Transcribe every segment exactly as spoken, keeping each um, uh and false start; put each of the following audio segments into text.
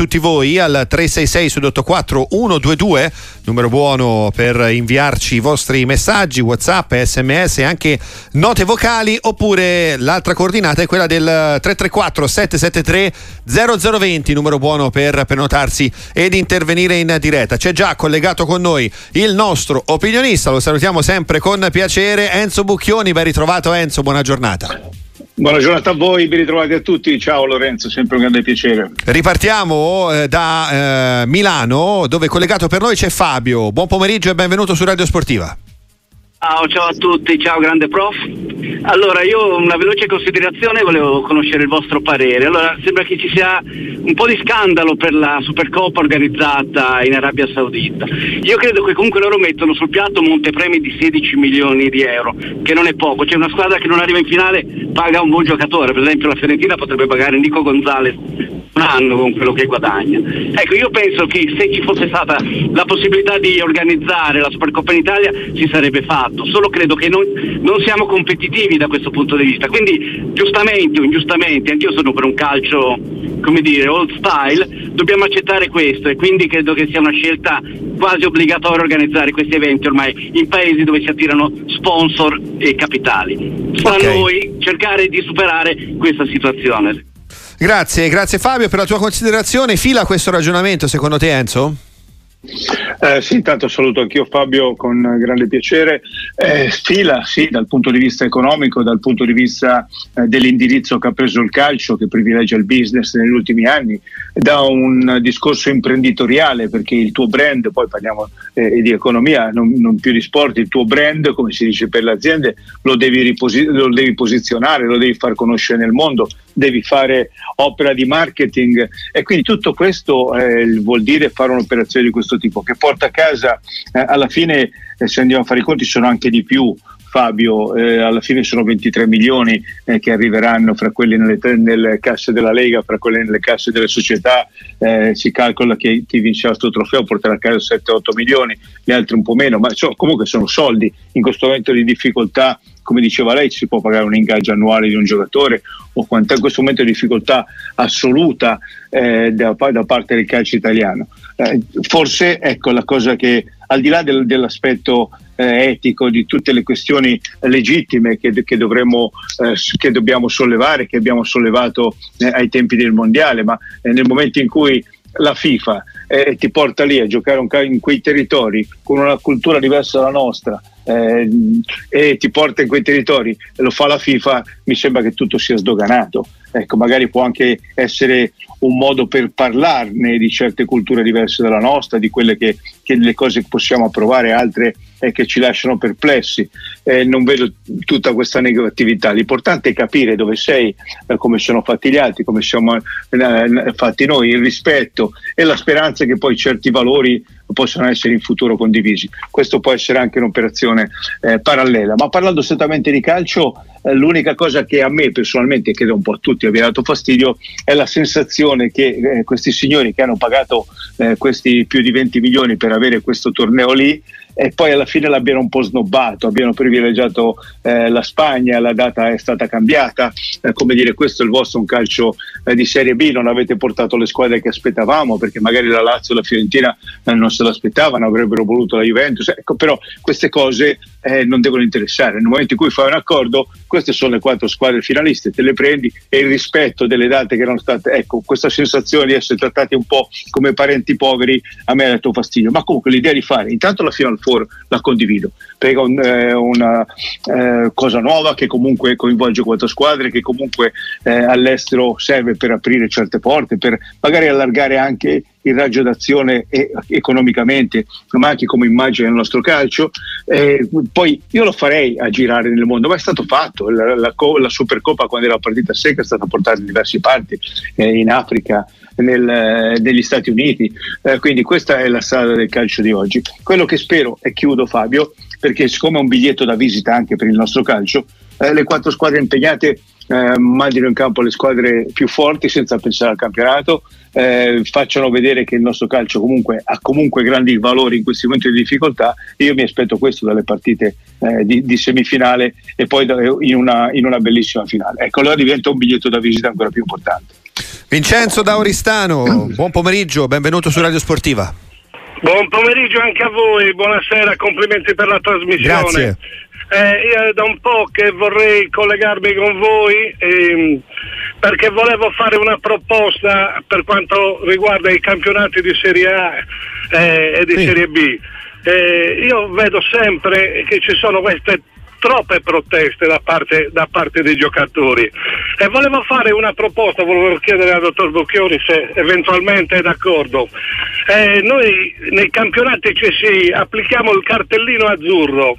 tutti voi al tre sei sei otto quattro uno due due, numero buono per inviarci i vostri messaggi, WhatsApp, sms e anche note vocali, oppure l'altra coordinata è quella del tre tre quattro sette sette tre zero zero due zero, numero buono per prenotarsi ed intervenire in diretta. C'è già collegato con noi il nostro opinionista, lo salutiamo sempre con piacere, Enzo Bucchioni. Ben ritrovato Enzo, buona giornata. Buona giornata a voi, ben ritrovati a tutti. Ciao Lorenzo, sempre un grande piacere. Ripartiamo eh, da eh, Milano, dove collegato per noi c'è Fabio. Buon pomeriggio e benvenuto su Radio Sportiva. Ciao, ciao a tutti, ciao grande prof. Allora, io una veloce considerazione, volevo conoscere il vostro parere. Allora, sembra che ci sia un po' di scandalo per la Supercoppa organizzata in Arabia Saudita. Io credo che comunque loro mettono sul piatto montepremi di sedici milioni di euro, che non è poco. C'è una squadra che non arriva in finale, paga un buon giocatore. Per esempio la Fiorentina potrebbe pagare Nico Gonzalez un anno con quello che guadagna. Ecco, io penso che se ci fosse stata la possibilità di organizzare la Supercoppa in Italia si sarebbe fatto, solo credo che non, non siamo competitivi da questo punto di vista, quindi giustamente o ingiustamente, anch'io sono per un calcio, come dire, old style, dobbiamo accettare questo, e quindi credo che sia una scelta quasi obbligatoria organizzare questi eventi ormai in paesi dove si attirano sponsor e capitali. Sta Okay. a noi cercare di superare questa situazione. Grazie, grazie Fabio per la tua considerazione. Fila questo ragionamento secondo te, Enzo? Eh, sì, intanto saluto anch'io Fabio con grande piacere. Eh, fila, sì, dal punto di vista economico, dal punto di vista eh, dell'indirizzo che ha preso il calcio, che privilegia il business negli ultimi anni, da un discorso imprenditoriale, perché il tuo brand, poi parliamo eh, di economia, non, non più di sport, il tuo brand, come si dice per le aziende, lo devi, riposi- lo devi posizionare, lo devi far conoscere nel mondo, devi fare opera di marketing, e quindi tutto questo eh, vuol dire fare un'operazione di questo tipo che porta a casa eh, alla fine, eh, se andiamo a fare i conti, sono anche di più, Fabio, eh, alla fine sono ventitré milioni eh, che arriveranno fra quelli nelle, nelle casse della Lega, fra quelli nelle casse delle società. Eh, si calcola che chi vincerà questo trofeo porterà a casa sette otto milioni, gli altri un po' meno, ma so, comunque sono soldi. In questo momento di difficoltà, come diceva lei, si può pagare un ingaggio annuale di un giocatore, o quanto in questo momento di difficoltà assoluta eh, da, da parte del calcio italiano. Eh, forse ecco la cosa che, al di là del, dell'aspetto eh, etico, di tutte le questioni legittime che, che dovremmo eh, che dobbiamo sollevare, che abbiamo sollevato eh, ai tempi del mondiale, ma eh, nel momento in cui la FIFA eh, ti porta lì a giocare un, in quei territori con una cultura diversa dalla nostra, eh, e ti porta in quei territori e lo fa la FIFA, mi sembra che tutto sia sdoganato. Ecco, magari può anche essere un modo per parlarne di certe culture diverse dalla nostra, di quelle che, che le cose che possiamo approvare, altre eh, che ci lasciano perplessi. Eh, non vedo tutta questa negatività. L'importante è capire dove sei, eh, come sono fatti gli altri, come siamo eh, fatti noi, il rispetto e la speranza che poi certi valori possano essere in futuro condivisi. Questo può essere anche un'operazione eh, parallela. Ma parlando strettamente di calcio, eh, l'unica cosa che a me personalmente, e credo un po' a tutti, abbia dato fastidio è la sensazione che eh, questi signori che hanno pagato eh, questi più di venti milioni per avere questo torneo lì, e poi alla fine l'abbiano un po' snobbato, abbiano privilegiato eh, la Spagna, la data è stata cambiata, eh, come dire, questo è il vostro un calcio eh, di Serie B, non avete portato le squadre che aspettavamo, perché magari la Lazio e la Fiorentina eh, non se l'aspettavano, avrebbero voluto la Juventus, ecco, però queste cose eh, non devono interessare. Nel momento in cui fai un accordo, queste sono le quattro squadre finaliste, te le prendi, e il rispetto delle date che erano state, ecco, questa sensazione di essere trattati un po' come parenti poveri a me ha dato fastidio. Ma comunque l'idea di fare intanto la Final Four la condivido, perché è un, eh, una eh, cosa nuova che comunque coinvolge quattro squadre, che comunque eh, all'estero serve per aprire certe porte, per magari allargare anche il raggio d'azione e, economicamente, ma anche come immagine del nostro calcio. Eh, poi io lo farei a girare nel mondo, ma è stato fatto. La, la, la Supercoppa, quando era partita secca, è stata portata in diverse parti, eh, in Africa, nel, negli Stati Uniti, eh, quindi questa è la strada del calcio di oggi. Quello che spero, e chiudo Fabio, perché siccome è un biglietto da visita anche per il nostro calcio, eh, le quattro squadre impegnate eh, mandino in campo le squadre più forti senza pensare al campionato, eh, facciano vedere che il nostro calcio comunque ha comunque grandi valori in questi momenti di difficoltà. Io mi aspetto questo dalle partite eh, di, di semifinale e poi da, in, una, in una bellissima finale. Ecco, allora diventa un biglietto da visita ancora più importante. Vincenzo da Oristano, buon pomeriggio, benvenuto su Radio Sportiva. Buon pomeriggio anche a voi, buonasera, complimenti per la trasmissione. Grazie. Eh, io è da un po' che vorrei collegarmi con voi ehm, perché volevo fare una proposta per quanto riguarda i campionati di Serie A eh, e di sì. Serie B. Eh, io vedo sempre che ci sono queste troppe proteste da parte, da parte dei giocatori e volevo fare una proposta, volevo chiedere al dottor Bocchioni se eventualmente è d'accordo. Eh, noi nei campionati C S I applichiamo il cartellino azzurro.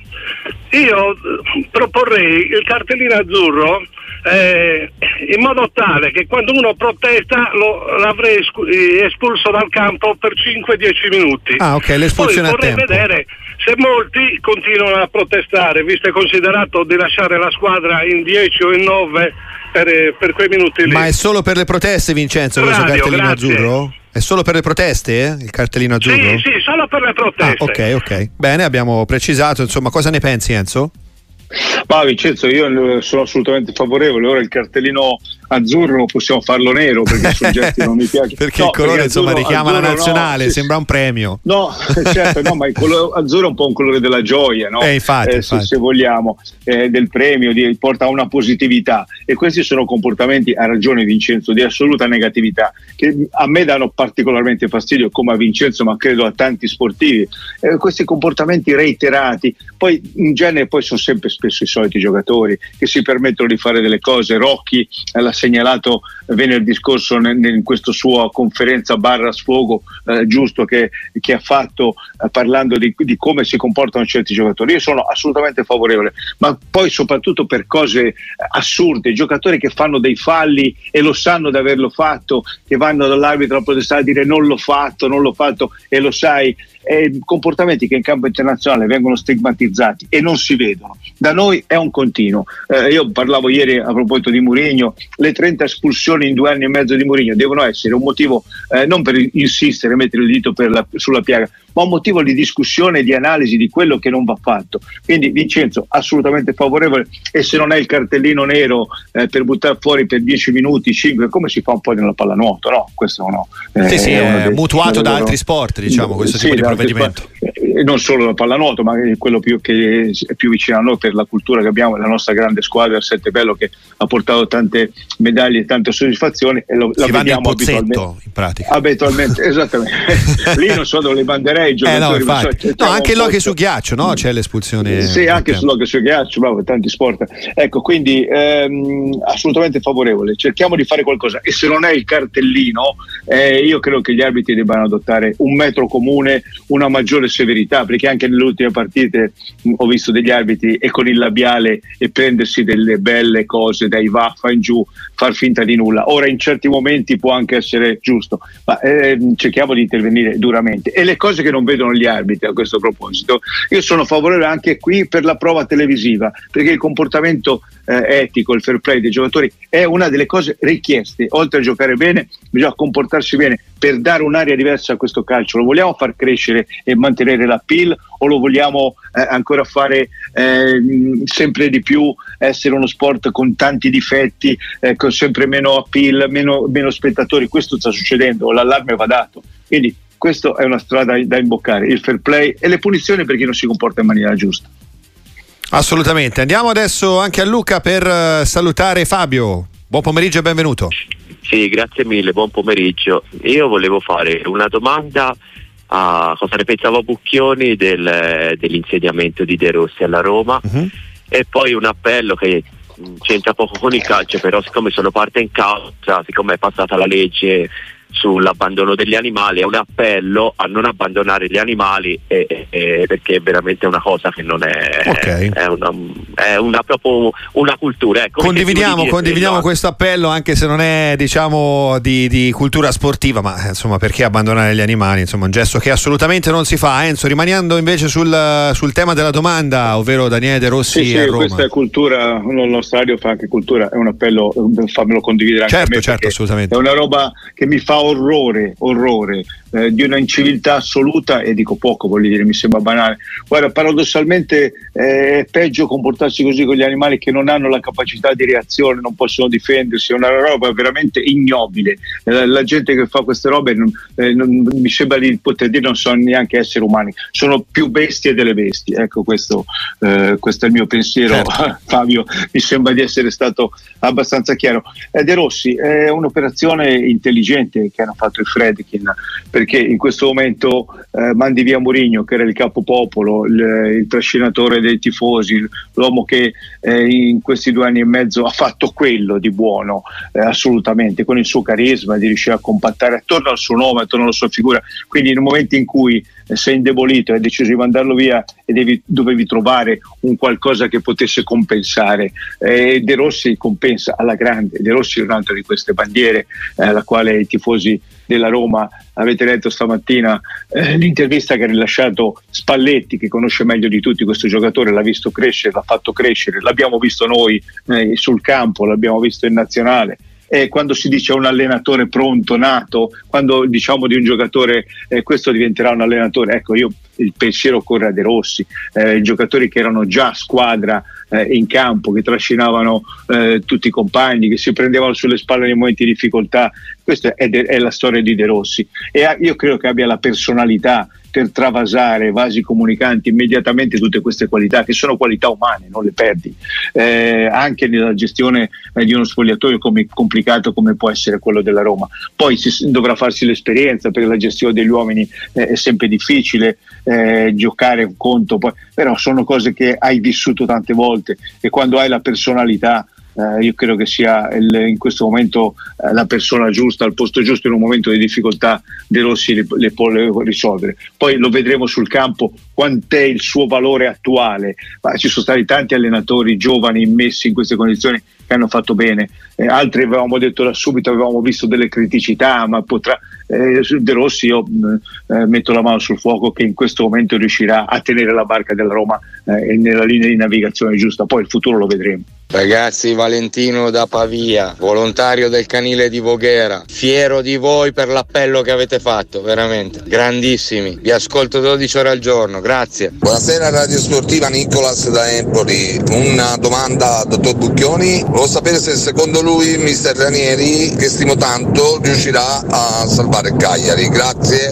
Io proporrei il cartellino azzurro eh, in modo tale che quando uno protesta lo, l'avrei espulso dal campo per cinque dieci minuti. Ah, ok, l'espulsione Poi vorrei a tempo. vedere se molti continuano a protestare, visto e considerato di lasciare la squadra in dieci o in nove per, per quei minuti lì. Ma è solo per le proteste, Vincenzo, questo Radio, cartellino grazie. azzurro? È solo per le proteste, eh? Il cartellino azzurro? Sì, sì, solo per le proteste. Ah, ok, ok. Bene, abbiamo precisato, insomma, cosa ne pensi, Enzo? Ma Vincenzo, io sono assolutamente favorevole. Ora il cartellino azzurro possiamo farlo nero, perché i soggetti non mi piace. Perché no, il colore perché insomma azzurro, richiama azzurro, la nazionale, no, sì, sembra un premio. No, certo, no, ma il colore azzurro è un po' un colore della gioia, no? Eh, infatti, eh, infatti. Se, se vogliamo, eh, del premio, di, porta a una positività. E questi sono comportamenti, ha ragione Vincenzo, di assoluta negatività, che a me danno particolarmente fastidio, come a Vincenzo, ma credo a tanti sportivi. Eh, questi comportamenti reiterati, poi in genere poi sono sempre spesso i soliti giocatori che si permettono di fare delle cose. Rocchi eh, l'ha segnalato venerdì scorso in, in questa sua conferenza barra sfogo eh, giusto che, che ha fatto eh, parlando di, di come si comportano certi giocatori. Io sono assolutamente favorevole, ma poi soprattutto per cose eh, assurde, giocatori che fanno dei falli e lo sanno di averlo fatto, che vanno dall'arbitro a protestare a dire non l'ho fatto, non l'ho fatto e lo sai. Eh, comportamenti che in campo internazionale vengono stigmatizzati e non si vedono. Da noi è un continuo. Eh, io parlavo ieri a proposito di Mourinho, le trenta espulsioni in due anni e mezzo di Mourinho devono essere un motivo eh, non per insistere, mettere il dito per la, sulla piaga, ma un motivo di discussione e di analisi di quello che non va fatto. Quindi Vincenzo, assolutamente favorevole, e se non è il cartellino nero eh, per buttare fuori per dieci minuti, cinque, come si fa un po' nella pallanuoto, no? Questo no. Eh, sì, sì, è, è dei, mutuato da loro, altri sport, diciamo, questo sì, tipo di provvedimento. E non solo la pallanuoto, ma quello più che è più vicino a noi per la cultura che abbiamo, la nostra grande squadra, il Sette Bello, che ha portato tante medaglie e tante soddisfazioni, e lo, la vediamo abitualmente, in pratica. abitualmente esattamente. Lì non so dove le banderei i giocatori, eh no, so, no, anche l'hockey su ghiaccio, no? C'è l'espulsione. Sì, anche sull'hockey su ghiaccio, bravo, tanti sport. Ecco, quindi ehm, assolutamente favorevole. Cerchiamo di fare qualcosa, e se non è il cartellino, eh, io credo che gli arbitri debbano adottare un metro comune, una maggiore severità, perché anche nelle ultime partite mh, ho visto degli arbitri e con il labiale e prendersi delle belle cose dai vaffa in giù, far finta di nulla. Ora in certi momenti può anche essere giusto, ma eh, cerchiamo di intervenire duramente. E le cose che non vedono gli arbitri, a questo proposito, io sono favorevole anche qui per la prova televisiva, perché il comportamento eh, etico, il fair play dei giocatori è una delle cose richieste. Oltre a giocare bene, bisogna comportarsi bene per dare un'aria diversa a questo calcio. Lo vogliamo far crescere e mantenere l'appeal, o lo vogliamo eh, ancora fare eh, sempre di più essere uno sport con tanti difetti, eh, con sempre meno appeal, meno, meno spettatori? Questo sta succedendo, l'allarme va dato. Quindi questa è una strada da imboccare, il fair play e le punizioni per chi non si comporta in maniera giusta. Assolutamente. Andiamo adesso anche a Luca per uh, salutare Fabio. Buon pomeriggio e benvenuto. Sì, grazie mille, buon pomeriggio. Io volevo fare una domanda a cosa ne pensava Bucchioni del, dell'insediamento di De Rossi alla Roma, uh-huh. e poi un appello che c'entra poco con il calcio, però siccome sono parte in causa, siccome è passata la legge sull'abbandono degli animali, è un appello a non abbandonare gli animali, e, e, perché è veramente una cosa che non è, okay. è, una, è una proprio una cultura. Ecco, condividiamo condividiamo questo appello, anche se non è, diciamo, di, di cultura sportiva, ma insomma, perché abbandonare gli animali? Insomma, un gesto che assolutamente non si fa. Enzo, rimanendo invece sul, sul tema della domanda, ovvero Daniele De Rossi sì, sì, a Roma. Questa è cultura, il nostro radio fa anche cultura, è un appello, fammelo condividere anche certo, a me, certo, assolutamente. È una roba che mi fa orrore, orrore, eh, di una inciviltà assoluta, e dico poco, voglio dire, mi sembra banale. Guarda, paradossalmente eh, è peggio comportarsi così con gli animali che non hanno la capacità di reazione, non possono difendersi, è una roba veramente ignobile. Eh, la gente che fa queste robe non, eh, non, mi sembra di poter dire non sono neanche esseri umani, sono più bestie delle bestie. Ecco, questo, eh, questo è il mio pensiero. Certo. Fabio, mi sembra di essere stato abbastanza chiaro. Eh, De Rossi, è un'operazione intelligente che hanno fatto i Fredkin, perché in questo momento eh, mandi via Mourinho, che era il capopopolo, il, il trascinatore dei tifosi, l'uomo che eh, in questi due anni e mezzo ha fatto quello di buono, eh, assolutamente, con il suo carisma, di riuscire a compattare attorno al suo nome, attorno alla sua figura. Quindi in un momento in cui eh, sei indebolito e hai deciso di mandarlo via e devi, dovevi trovare un qualcosa che potesse compensare, eh, De Rossi compensa alla grande. De Rossi è un'altra di queste bandiere eh, alla quale i tifosi della Roma, avete letto stamattina eh, l'intervista che ha rilasciato Spalletti, che conosce meglio di tutti questo giocatore, l'ha visto crescere, l'ha fatto crescere, l'abbiamo visto noi eh, sul campo, l'abbiamo visto in nazionale. E quando si dice un allenatore pronto, nato, quando diciamo di un giocatore eh, questo diventerà un allenatore, ecco, io il pensiero corre a De Rossi, eh, i giocatori che erano già squadra eh, in campo, che trascinavano eh, tutti i compagni, che si prendevano sulle spalle nei momenti di difficoltà. Questa è, de- è la storia di De Rossi, e ha- io credo che abbia la personalità per travasare vasi comunicanti immediatamente tutte queste qualità, che sono qualità umane, non le perdi, eh, anche nella gestione eh, di uno spogliatoio come complicato come può essere quello della Roma. Poi si dovrà farsi l'esperienza, perché la gestione degli uomini eh, è sempre difficile, eh, giocare un conto, poi, però sono cose che hai vissuto tante volte, e quando hai la personalità, Uh, io credo che sia il, in questo momento uh, la persona giusta al posto giusto in un momento di difficoltà. De Rossi le, le può risolvere. Poi lo vedremo sul campo quant'è il suo valore attuale. Ma ci sono stati tanti allenatori giovani messi in queste condizioni che hanno fatto bene, eh, altri avevamo detto da subito, avevamo visto delle criticità, ma potrà eh, De Rossi io eh, metto la mano sul fuoco che in questo momento riuscirà a tenere la barca della Roma eh, nella linea di navigazione giusta. Poi il futuro lo vedremo. Ragazzi, Valentino da Pavia, volontario del canile di Voghera, fiero di voi per l'appello che avete fatto, veramente grandissimi, vi ascolto dodici ore al giorno, grazie. Buonasera Radio Sportiva, Nicolas da Empoli. Una domanda al dottor Bucchioni: volevo sapere se secondo lui mister Ranieri, che stimo tanto, riuscirà a salvare il Cagliari. Grazie.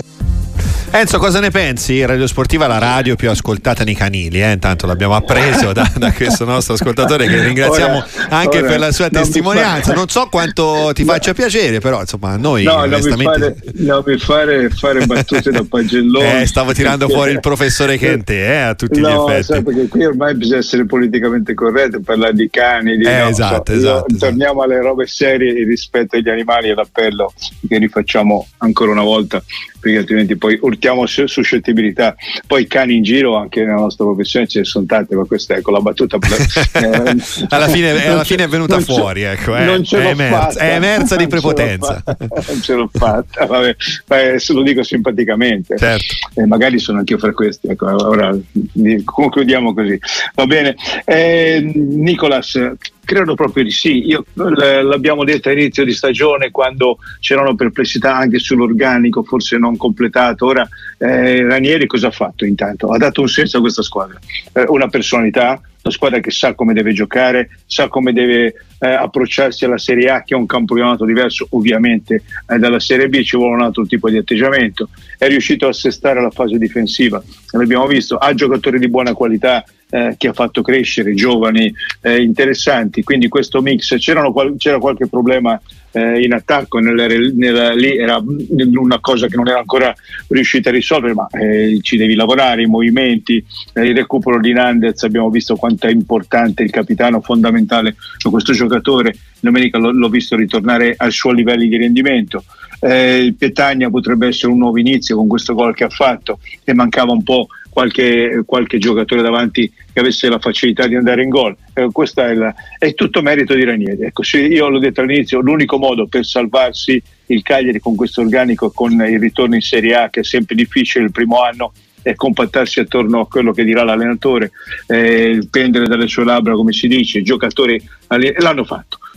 Enzo, cosa ne pensi? Radio Sportiva, la radio più ascoltata nei canili, eh? Intanto l'abbiamo appreso da, da questo nostro ascoltatore, che ringraziamo ora, anche ora, per la sua testimonianza. Non so quanto ti faccia piacere, però insomma a noi no, onestamente non mi fare, non mi fare, fare battute da pagellone. Eh, stavo tirando fuori il professore Chente eh, a tutti no, gli effetti. Sai, perché qui ormai bisogna essere politicamente corretti, parlare di cani, di eh, no, esatto, so, esatto, esatto. Torniamo alle robe serie, il rispetto agli animali e l'appello che rifacciamo ancora una volta, perché altrimenti poi urtiamo suscettibilità. Poi i cani in giro anche nella nostra professione ce ne sono tante, ma questa ecco la battuta eh, alla fine, alla fine è venuta fuori, ecco, eh. non ce è, l'ho emersa, fatta, è emersa di prepotenza. Non ce l'ho fatta, vabbè, vabbè, se lo dico simpaticamente, certo. eh, magari sono anch'io fra questi, ecco, ora concludiamo così, va bene. eh, Nicolas, credo proprio di sì. Io l'abbiamo detto all'inizio di stagione, quando c'erano perplessità anche sull'organico forse non completato. Ora eh, Ranieri cosa ha fatto? Intanto ha dato un senso a questa squadra, eh, una personalità, una squadra che sa come deve giocare, sa come deve eh, approcciarsi alla Serie A, che è un campionato diverso ovviamente eh, dalla Serie B, ci vuole un altro tipo di atteggiamento. È riuscito a assestare la fase difensiva, l'abbiamo visto, ha giocatori di buona qualità eh, che ha fatto crescere, giovani eh, interessanti, quindi questo mix. C'erano, c'era qualche problema eh, in attacco, nella, nella, lì era una cosa che non era ancora riuscita a risolvere, ma eh, ci devi lavorare, i movimenti, eh, il recupero di Nandez, abbiamo visto quanto è importante il capitano, fondamentale su questo giocatore. Domenica l- l'ho visto ritornare ai suoi livelli di rendimento. eh, Petagna potrebbe essere un nuovo inizio con questo gol che ha fatto, e mancava un po' Qualche, qualche giocatore davanti che avesse la facilità di andare in gol. Eh, questo è, la, è tutto merito di Ranieri. Ecco, se io l'ho detto all'inizio, l'unico modo per salvarsi il Cagliari con questo organico, con il ritorno in Serie A, che è sempre difficile il primo anno, è compattarsi attorno a quello che dirà l'allenatore, eh, pendere dalle sue labbra, come si dice. I giocatori l'hanno fatto.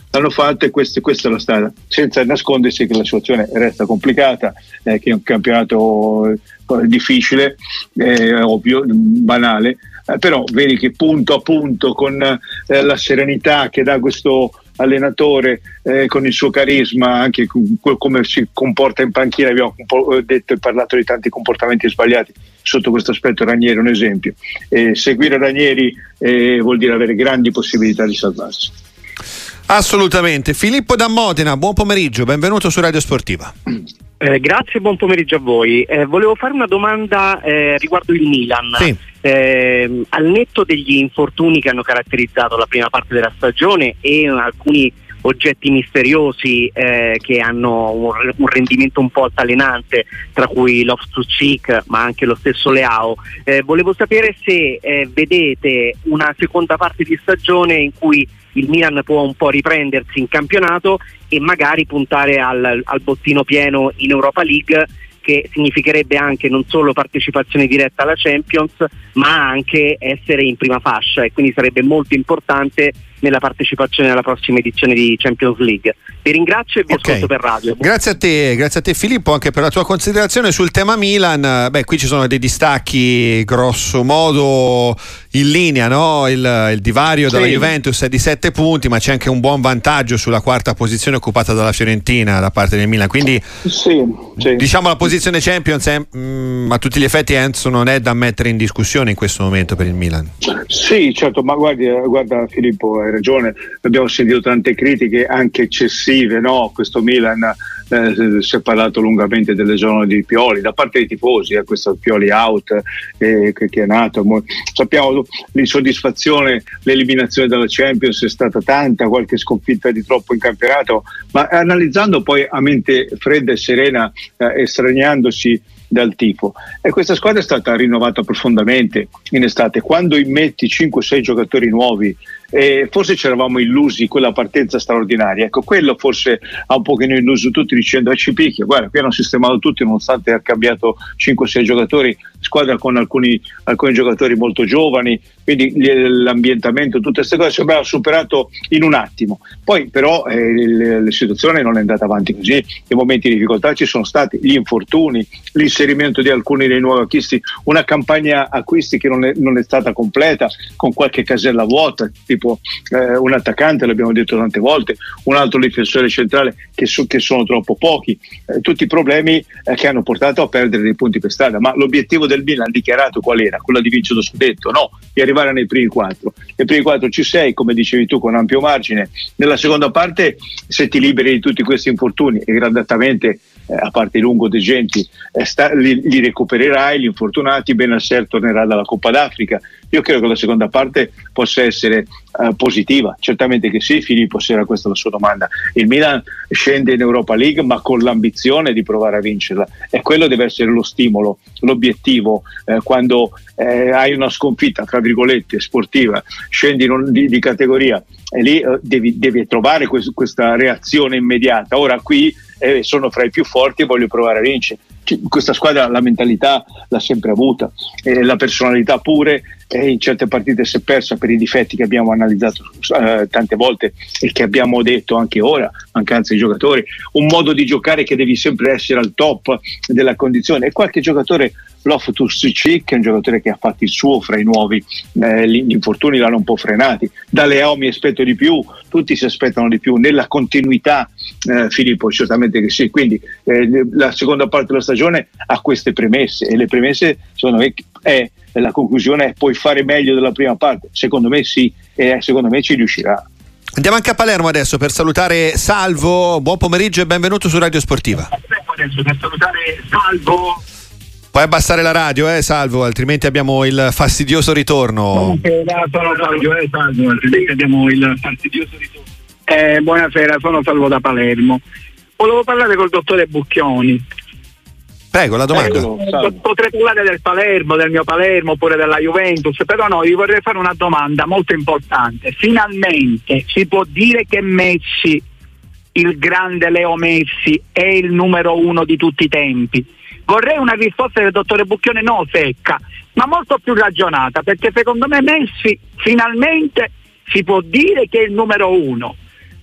l'hanno fatto e questa, questa è la strada, senza nascondersi che la situazione resta complicata, eh, che è un campionato eh, difficile, eh, ovvio, banale, eh, però vedi che punto a punto con eh, la serenità che dà questo allenatore, eh, con il suo carisma, anche con, come si comporta in panchina, abbiamo un po' detto e parlato di tanti comportamenti sbagliati sotto questo aspetto. Ranieri è un esempio, eh, seguire Ranieri eh, vuol dire avere grandi possibilità di salvarsi. Assolutamente. Filippo da Modena, buon pomeriggio, benvenuto su Radio Sportiva. Eh, grazie, buon pomeriggio a voi. Eh, volevo fare una domanda eh, riguardo il Milan. Sì. Eh, al netto degli infortuni che hanno caratterizzato la prima parte della stagione e alcuni oggetti misteriosi eh, che hanno un, un rendimento un po' altalenante, tra cui Loftus-Cheek ma anche lo stesso Leao, eh, volevo sapere se eh, vedete una seconda parte di stagione in cui il Milan può un po' riprendersi in campionato e magari puntare al, al bottino pieno in Europa League, che significherebbe anche non solo partecipazione diretta alla Champions, ma anche essere in prima fascia, e quindi sarebbe molto importante nella partecipazione alla prossima edizione di Champions League. Vi ringrazio e vi okay. ascolto per radio. Grazie a te, grazie a te Filippo, anche per la tua considerazione sul tema Milan. Beh, qui ci sono dei distacchi grosso modo in linea, no? Il, il divario dalla sì. Juventus è di sette punti, ma c'è anche un buon vantaggio sulla quarta posizione occupata dalla Fiorentina da parte del Milan, quindi sì, sì. diciamo la posizione Champions è, mh, a tutti gli effetti, Enzo, non è da mettere in discussione in questo momento per il Milan. Sì, certo, ma guardi, guarda Filippo, hai ragione, abbiamo sentito tante critiche anche eccessive, no? Questo Milan, eh, si è parlato lungamente dell'esonero di Pioli da parte dei tifosi, eh, questo Pioli out eh, che, che è nato, sappiamo l'insoddisfazione, l'eliminazione dalla Champions è stata tanta, qualche sconfitta di troppo in campionato, ma analizzando poi a mente fredda e serena, eh, estraniandosi dal tifo, e questa squadra è stata rinnovata profondamente in estate. Quando immetti cinque sei giocatori nuovi, e forse ci eravamo illusi quella partenza straordinaria, ecco, quello forse ha un pochino illuso tutti, dicendo ci picchia, guarda, qui hanno sistemato tutti nonostante ha cambiato cinque sei giocatori, squadra con alcuni, alcuni giocatori molto giovani, quindi l'ambientamento, tutte queste cose sembrava superato in un attimo. Poi però eh, la situazione non è andata avanti così, i momenti di difficoltà ci sono stati, gli infortuni, l'inserimento di alcuni dei nuovi acquisti, una campagna acquisti che non è, non è stata completa, con qualche casella vuota, tipo eh, un attaccante, l'abbiamo detto tante volte, un altro difensore centrale che, so, che sono troppo pochi, eh, tutti i problemi eh, che hanno portato a perdere dei punti per strada. Ma l'obiettivo del Milan dichiarato qual era? Quello di vincere lo scudetto? No, di arrivare nei primi quattro. Nei primi quattro ci sei, come dicevi tu, con ampio margine. Nella seconda parte, se ti liberi di tutti questi infortuni e gradatamente, eh, a parte i lungo degenti, eh, sta, li, li recupererai, gli infortunati, Benasser tornerà dalla Coppa d'Africa. Io credo che la seconda parte possa essere uh, positiva, certamente che sì. Filippo, se era questa la sua domanda, il Milan scende in Europa League ma con l'ambizione di provare a vincerla, e quello deve essere lo stimolo, l'obiettivo, eh, quando eh, hai una sconfitta tra virgolette sportiva, scendi in, di, di categoria, e lì eh, devi, devi trovare quest, questa reazione immediata. Ora qui eh, sono fra i più forti e voglio provare a vincere. Questa squadra la mentalità l'ha sempre avuta, eh, la personalità pure, e in certe partite si è persa per i difetti che abbiamo analizzato eh, tante volte e che abbiamo detto anche ora, mancanza di giocatori, un modo di giocare che devi sempre essere al top della condizione, e qualche giocatore, Loftus-Cheek, che è un giocatore che ha fatto il suo fra i nuovi, eh, gli infortuni l'hanno un po' frenati. Da Leao mi aspetto di più, tutti si aspettano di più nella continuità, eh, Filippo, certamente che sì. Quindi eh, la seconda parte della stagione ha queste premesse, e le premesse secondo me è la conclusione è puoi fare meglio della prima parte, secondo me sì, e secondo me ci riuscirà. Andiamo anche a Palermo adesso per salutare Salvo. Buon pomeriggio e benvenuto su Radio Sportiva. Adesso per salutare Salvo. Puoi abbassare la radio, eh Salvo, altrimenti abbiamo il fastidioso ritorno. Sono Salvo, eh Salvo, altrimenti abbiamo il fastidioso ritorno. Eh, buonasera, sono Salvo da Palermo. Volevo parlare col dottore Bucchioni. Prego, la domanda. Eh, potrei parlare del Palermo, del mio Palermo, oppure della Juventus, però no, vi vorrei fare una domanda molto importante. Finalmente si può dire che Messi, il grande Leo Messi, è il numero uno di tutti i tempi? Vorrei una risposta del dottore Bucchione, no secca, ma molto più ragionata, perché secondo me Messi finalmente si può dire che è il numero uno.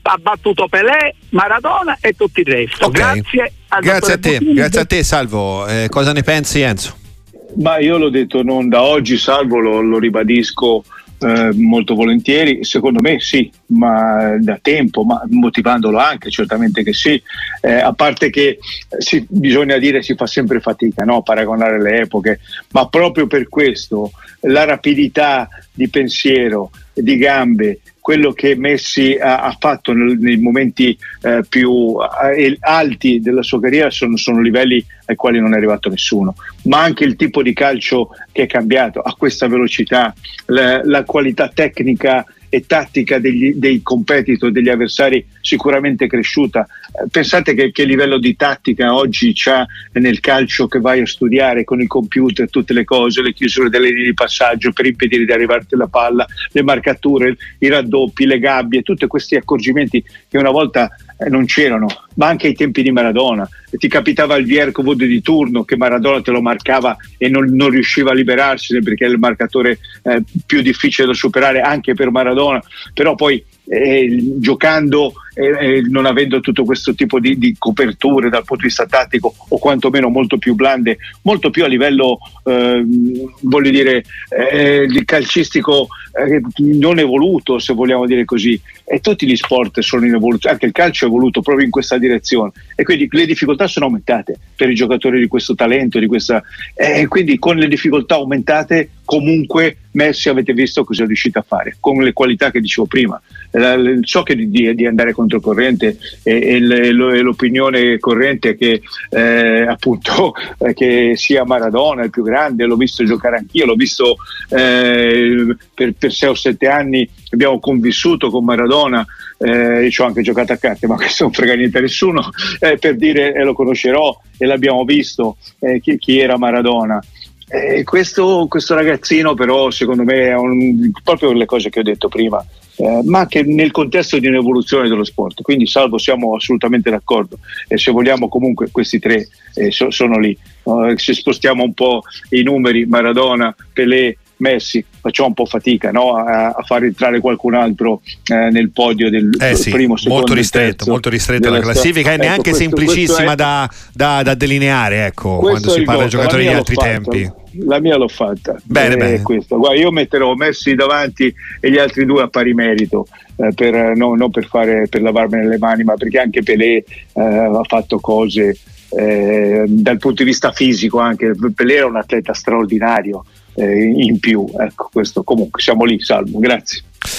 ha battuto Pelé, Maradona e tutti il resto. Okay. Grazie, al grazie a te, Buchini. grazie a te Salvo. Eh, cosa ne pensi, Enzo? Ma io l'ho detto non da oggi, Salvo, lo, lo ribadisco eh, molto volentieri. Secondo me sì, ma da tempo, ma motivandolo anche, certamente che sì. Eh, a parte che si, bisogna dire si fa sempre fatica, no? Paragonare le epoche, ma proprio per questo la rapidità di pensiero, di gambe, quello che Messi ha, ha fatto nel, nei momenti eh, più eh, alti della sua carriera sono, sono livelli ai quali non è arrivato nessuno, ma anche il tipo di calcio che è cambiato a questa velocità, la, la qualità tecnica e tattica degli, dei competitor, degli avversari sicuramente cresciuta. Pensate che, che livello di tattica oggi c'è nel calcio, che vai a studiare con i computer tutte le cose, le chiusure delle linee di passaggio per impedire di arrivarti la palla, le marcature, i raddoppi, le gabbie, tutti questi accorgimenti che una volta eh, non c'erano, ma anche ai tempi di Maradona. Ti capitava il Vierkovod di turno che Maradona te lo marcava e non, non riusciva a liberarsene perché è il marcatore eh, più difficile da superare anche per Maradona, però poi eh, giocando eh, non avendo tutto questo tipo di, di coperture dal punto di vista tattico, o quantomeno molto più blande, molto più a livello eh, voglio dire eh, di calcistico eh, non evoluto, se vogliamo dire così, e tutti gli sport sono in evoluzione, anche il calcio è evoluto proprio in questa direzione, e quindi le difficoltà sono aumentate per i giocatori di questo talento, di questa e eh, quindi con le difficoltà aumentate comunque Messi avete visto cosa è riuscito a fare con le qualità che dicevo prima. Eh, so che di, di andare controcorrente e, e, e l'opinione corrente è che eh, appunto eh, che sia Maradona il più grande, l'ho visto giocare anch'io, l'ho visto eh, per, per sei o sette anni, abbiamo convissuto con Maradona, eh, io ci ho anche giocato a carte, ma questo non frega niente a nessuno, eh, per dire eh, lo conoscerò e l'abbiamo visto eh, chi, chi era Maradona. Eh, questo, questo ragazzino però secondo me è un, proprio le cose che ho detto prima, eh, ma anche nel contesto di un'evoluzione dello sport, quindi Salvo siamo assolutamente d'accordo, e se vogliamo comunque questi tre eh, so, sono lì, uh, se spostiamo un po' i numeri, Maradona, Pelé, Messi, facciamo un po' fatica, no? a, a far entrare qualcun altro eh, nel podio del eh sì, primo, secondo, molto ristretto, molto ristretto la classifica, e ecco, neanche questo, semplicissima questo è, da, da, da delineare, ecco, quando si parla di giocatori di altri tempi. La mia l'ho fatta. Bene, eh, bene. Questo. Guarda, io metterò Messi davanti e gli altri due a pari merito, eh, per, no, non per fare per lavarmene le mani, ma perché anche Pelé eh, ha fatto cose eh, dal punto di vista fisico. Anche Pelé era un atleta straordinario eh, in più. Ecco, questo comunque siamo lì, Salvo. Grazie.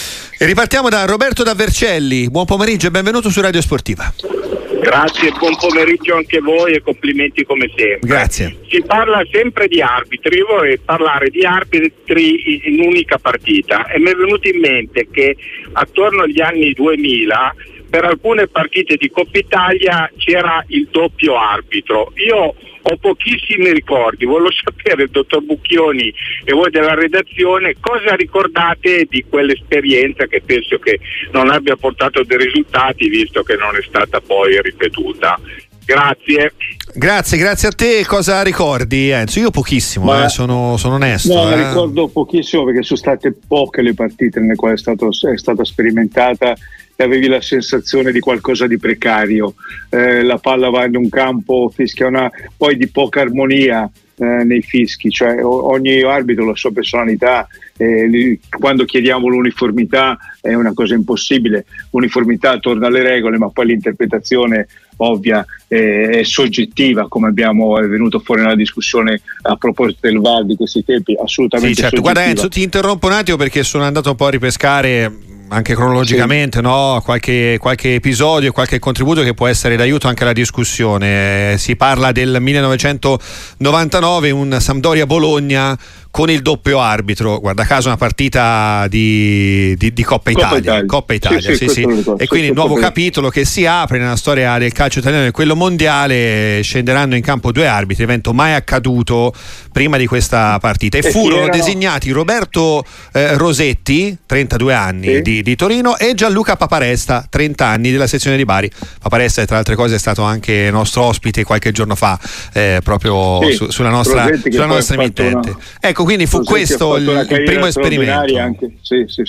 E ripartiamo da Roberto da Vercelli. Buon pomeriggio e benvenuto su Radio Sportiva. Grazie, buon pomeriggio anche a voi e complimenti come sempre. Grazie. Si parla sempre di arbitri, io vorrei parlare di arbitri in un'unica partita, e mi è venuto in mente che attorno agli anni duemila per alcune partite di Coppa Italia c'era il doppio arbitro. Io ho pochissimi ricordi, voglio sapere, il dottor Bucchioni e voi della redazione, cosa ricordate di quell'esperienza che penso che non abbia portato dei risultati, visto che non è stata poi ripetuta. Grazie. Grazie, grazie a te. Cosa ricordi, Enzo? Io pochissimo, Ma, eh, sono, sono onesto. No, eh. ricordo pochissimo perché sono state poche le partite nelle quali è, stato, è stata sperimentata e avevi la sensazione di qualcosa di precario. Eh, la palla va in un campo, fischia una, poi di poca armonia eh, nei fischi, cioè ogni arbitro ha la sua personalità. Eh, quando chiediamo l'uniformità è una cosa impossibile, uniformità torna alle regole, ma poi l'interpretazione ovvia eh, è soggettiva, come abbiamo è venuto fuori nella discussione a proposito del V A R di questi tempi, assolutamente sì, certo. soggettiva. Guarda Enzo, ti interrompo un attimo perché sono andato un po' a ripescare anche cronologicamente, sì. no? qualche, qualche episodio e qualche contributo che può essere d'aiuto anche alla discussione. Eh, si parla del millenovecentonovantanove, un Sampdoria-Bologna con il doppio arbitro, guarda caso una partita di, di, di Coppa Italia, Coppa Italia, Coppa Italia sì, sì, sì, sì. Ricordo, e quindi il nuovo capitolo che si apre nella storia del calcio italiano e quello mondiale. Scenderanno in campo due arbitri, evento mai accaduto prima di questa partita, e, e furono erano... designati Roberto eh, Rosetti, trentadue anni, sì. di, di Torino, e Gianluca Paparesta, trenta anni, della sezione di Bari. Paparesta, tra altre cose, è stato anche nostro ospite qualche giorno fa eh, proprio sì, su, sulla nostra, sulla nostra emittente. Una... Ecco, quindi fu questo il, il primo esperimento. Anche. Sì, sì, sì.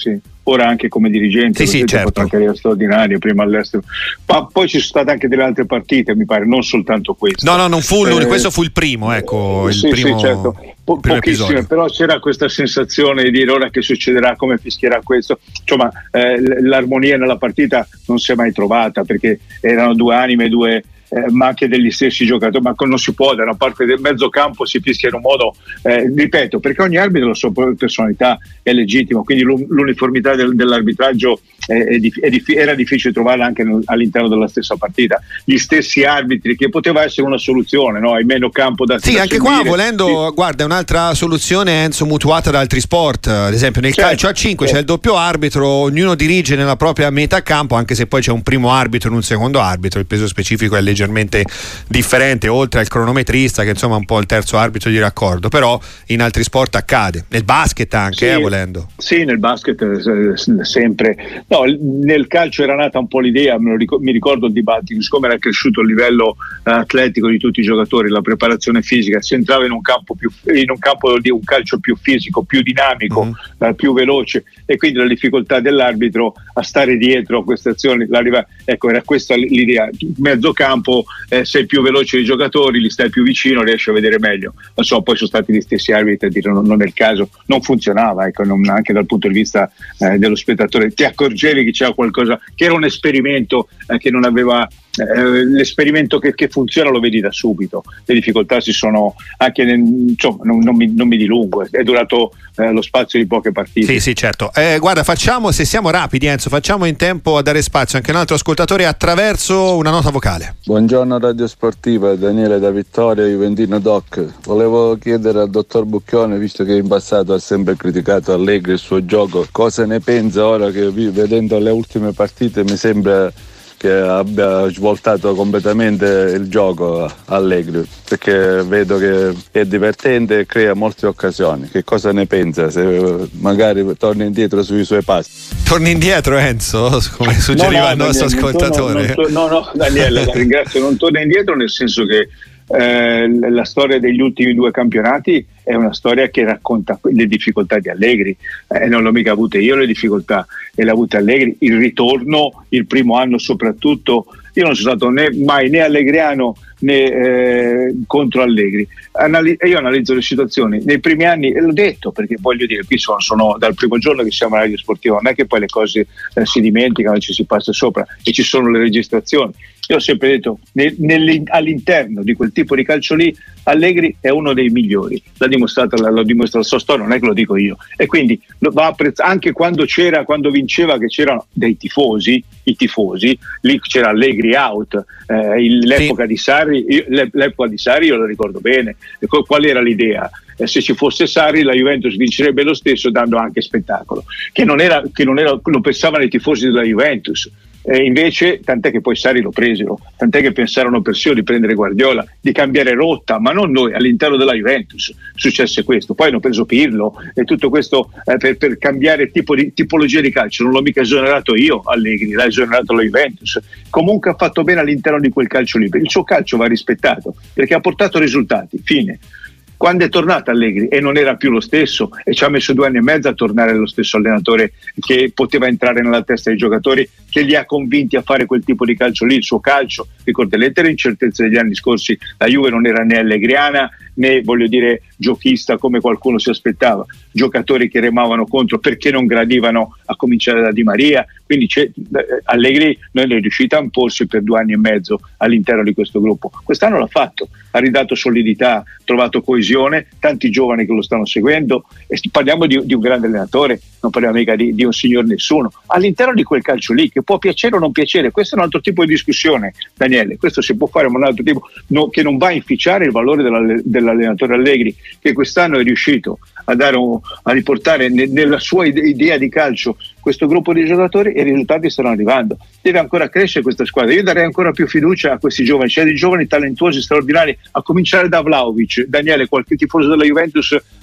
ora anche come dirigente, sì, sì, certo. ha fatto una carriera straordinaria prima all'estero, ma poi ci sono state anche delle altre partite, mi pare, non soltanto questo. No, no, non fu eh, questo fu il primo, ecco, il sì, primo, sì, certo. Po- primo pochissime, episodio. però c'era questa sensazione di dire ora che succederà, come fischierà questo, insomma eh, l'armonia nella partita non si è mai trovata, perché erano due anime, due Eh, ma anche degli stessi giocatori, ma non si può da una parte del mezzo campo si fischia in un modo, eh, ripeto, perché ogni arbitro ha la sua personalità, è legittimo, quindi l'uniformità del, dell'arbitraggio è, è dif- è dif- era difficile trovarla anche nel, all'interno della stessa partita, gli stessi arbitri, che poteva essere una soluzione, no? Hai meno campo da sì, da anche seguire. qua volendo, sì. Guarda, è un'altra soluzione, Enzo, mutuata da altri sport, ad esempio nel certo, calcio a cinque certo. c'è il doppio arbitro, ognuno dirige nella propria metà campo, anche se poi c'è un primo arbitro e un secondo arbitro, il peso specifico è leggermente differente, oltre al cronometrista che insomma è un po' il terzo arbitro di raccordo, però in altri sport accade, nel basket anche, sì, eh, volendo. Sì, nel basket eh, sempre. No, nel calcio era nata un po' l'idea, me lo ricordo, mi ricordo il dibattito, siccome era cresciuto il livello eh, atletico di tutti i giocatori, la preparazione fisica, si entrava in un campo più in un campo di un calcio più fisico, più dinamico, mm. eh, più veloce, e quindi la difficoltà dell'arbitro a stare dietro a queste azioni, ecco, era questa l'idea, mezzo campo, eh, sei più veloce dei giocatori, li stai più vicino, riesci a vedere meglio. Non so, poi sono stati gli stessi arbitri a dire non, non è il caso, non funzionava, ecco, non, anche dal punto di vista eh, dello spettatore, ti accorgevi che c'era qualcosa, che era un esperimento eh, che non aveva eh, l'esperimento che, che funziona lo vedi da subito, le difficoltà si sono anche nel, insomma, non, non, mi, non mi dilungo, è durato eh, lo spazio di poche partite. Sì, sì, certo. Eh, guarda, facciamo, se siamo rapidi, Enzo, facciamo in tempo a dare spazio anche a un altro ascoltatore attraverso una nota vocale. Buongiorno Radio Sportiva, Daniele da Vittoria, Juventino Doc. Volevo chiedere al dottor Bucchione, visto che in passato ha sempre criticato Allegri e il suo gioco, cosa ne pensa ora che vedendo le ultime partite mi sembra che abbia svoltato completamente il gioco Allegri, perché vedo che è divertente e crea molte occasioni. Che cosa ne pensa, se magari torna indietro sui suoi passi? Torni indietro, Enzo, come suggeriva no, no, il nostro Daniele, ascoltatore? Non, non, no no Daniele, la ringrazio, non torna indietro nel senso che Eh, la storia degli ultimi due campionati è una storia che racconta le difficoltà di Allegri, eh, non l'ho mica avute io le difficoltà, e le ha avute Allegri, il ritorno, il primo anno soprattutto. Io non sono stato né, mai né allegriano né eh, contro Allegri. Anali- io analizzo le situazioni nei primi anni, e l'ho detto perché voglio dire, qui sono, sono dal primo giorno che siamo a Radio Sportiva, non è che poi le cose eh, si dimenticano, ci si passa sopra e ci sono le registrazioni. Io ho sempre detto, nel, nel, all'interno di quel tipo di calcio lì Allegri è uno dei migliori, l'ha dimostrato, l'ha dimostrato la sua storia, non è che lo dico io, e quindi lo va apprezzato anche quando c'era, quando vinceva, che c'erano dei tifosi, i tifosi, lì c'era Allegri out, eh, il, l'epoca sì. di Sarri, io, l'epoca di Sarri io lo ricordo bene. E qual era l'idea? Eh, se ci fosse Sarri la Juventus vincerebbe lo stesso, dando anche spettacolo, che non era, che non era, lo pensavano i tifosi della Juventus. E invece, tant'è che poi Sarri lo presero, tant'è che pensarono persino di prendere Guardiola, di cambiare rotta, ma non noi, all'interno della Juventus successe questo. Poi hanno preso Pirlo e tutto questo eh, per, per cambiare tipo di, tipologia di calcio. Non l'ho mica esonerato io Allegri, l'ha esonerato la Juventus. Comunque ha fatto bene all'interno di quel calcio lì, il suo calcio va rispettato perché ha portato risultati, fine. Quando è tornato Allegri e non era più lo stesso, e ci ha messo due anni e mezzo a tornare lo stesso allenatore che poteva entrare nella testa dei giocatori, che li ha convinti a fare quel tipo di calcio lì, il suo calcio. Ricordate le incertezze degli anni scorsi, la Juve non era né allegriana né, voglio dire, giochista come qualcuno si aspettava, giocatori che remavano contro perché non gradivano, a cominciare da Di Maria. Quindi c'è, Allegri non è riuscito a imporsi per due anni e mezzo all'interno di questo gruppo. Quest'anno l'ha fatto, ha ridato solidità, trovato coesione, tanti giovani che lo stanno seguendo, e parliamo di, di un grande allenatore, non parliamo mica di, di un signor nessuno, all'interno di quel calcio lì, che può piacere o non piacere. Questo è un altro tipo di discussione, Daniele, questo si può fare, ma un altro tipo, no, che non va a inficiare il valore della, dell'allenatore Allegri, che quest'anno è riuscito a, dare un, a riportare ne, nella sua idea di calcio questo gruppo di giocatori, e i risultati stanno arrivando. Deve ancora crescere questa squadra. Io darei ancora più fiducia a questi giovani, c'è dei giovani talentuosi straordinari, a cominciare da Vlahovic. Daniele, qualche tifoso della Juventus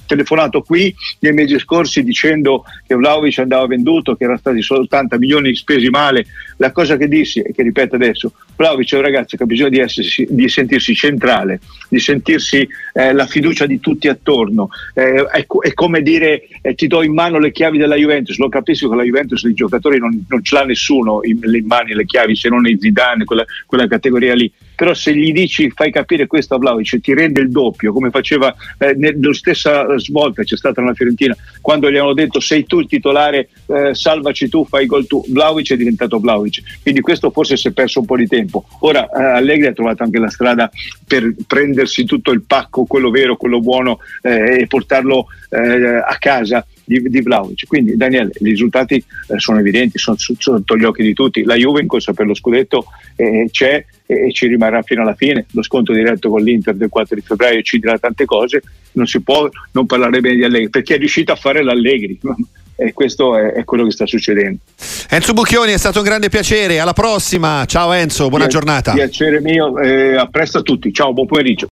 telefonato qui nei mesi scorsi dicendo che Vlahovic andava venduto, che erano stati solo ottanta milioni spesi male. La cosa che dissi e che ripeto adesso: Vlahovic è un ragazzo che ha bisogno di, essersi, di sentirsi centrale, di sentirsi eh, la fiducia di tutti attorno, eh, è, è come dire eh, ti do in mano le chiavi della Juventus. Lo capisco che la Juventus i giocatori non, non ce l'ha nessuno in, in mani le chiavi, se non i Zidane, quella, quella categoria lì, però se gli dici, fai capire questo a Vlahovic, ti rende il doppio, come faceva eh, nella stessa svolta c'è stata nella Fiorentina quando gli hanno detto sei tu il titolare, eh, salvaci tu, fai gol tu. Vlahovic è diventato Vlahovic, quindi questo forse si è perso un po' di tempo. Ora eh, Allegri ha trovato anche la strada per prendersi tutto il pacco, quello vero, quello buono, eh, e portarlo eh, a casa di, di Vlahovic. Quindi Daniele, i risultati eh, sono evidenti, sono sotto gli occhi di tutti. La Juve in corsa per lo scudetto eh, c'è e, e ci rimarrà fino alla fine. Lo scontro diretto con l'Inter del quattro di febbraio ci dirà tante cose, non si può non parlare bene di Allegri perché è riuscito a fare l'Allegri e questo è, è quello che sta succedendo. Enzo Bucchioni, è stato un grande piacere, alla prossima. Ciao Enzo, buona Piac- giornata. Piacere mio, eh, a presto a tutti, ciao, buon pomeriggio.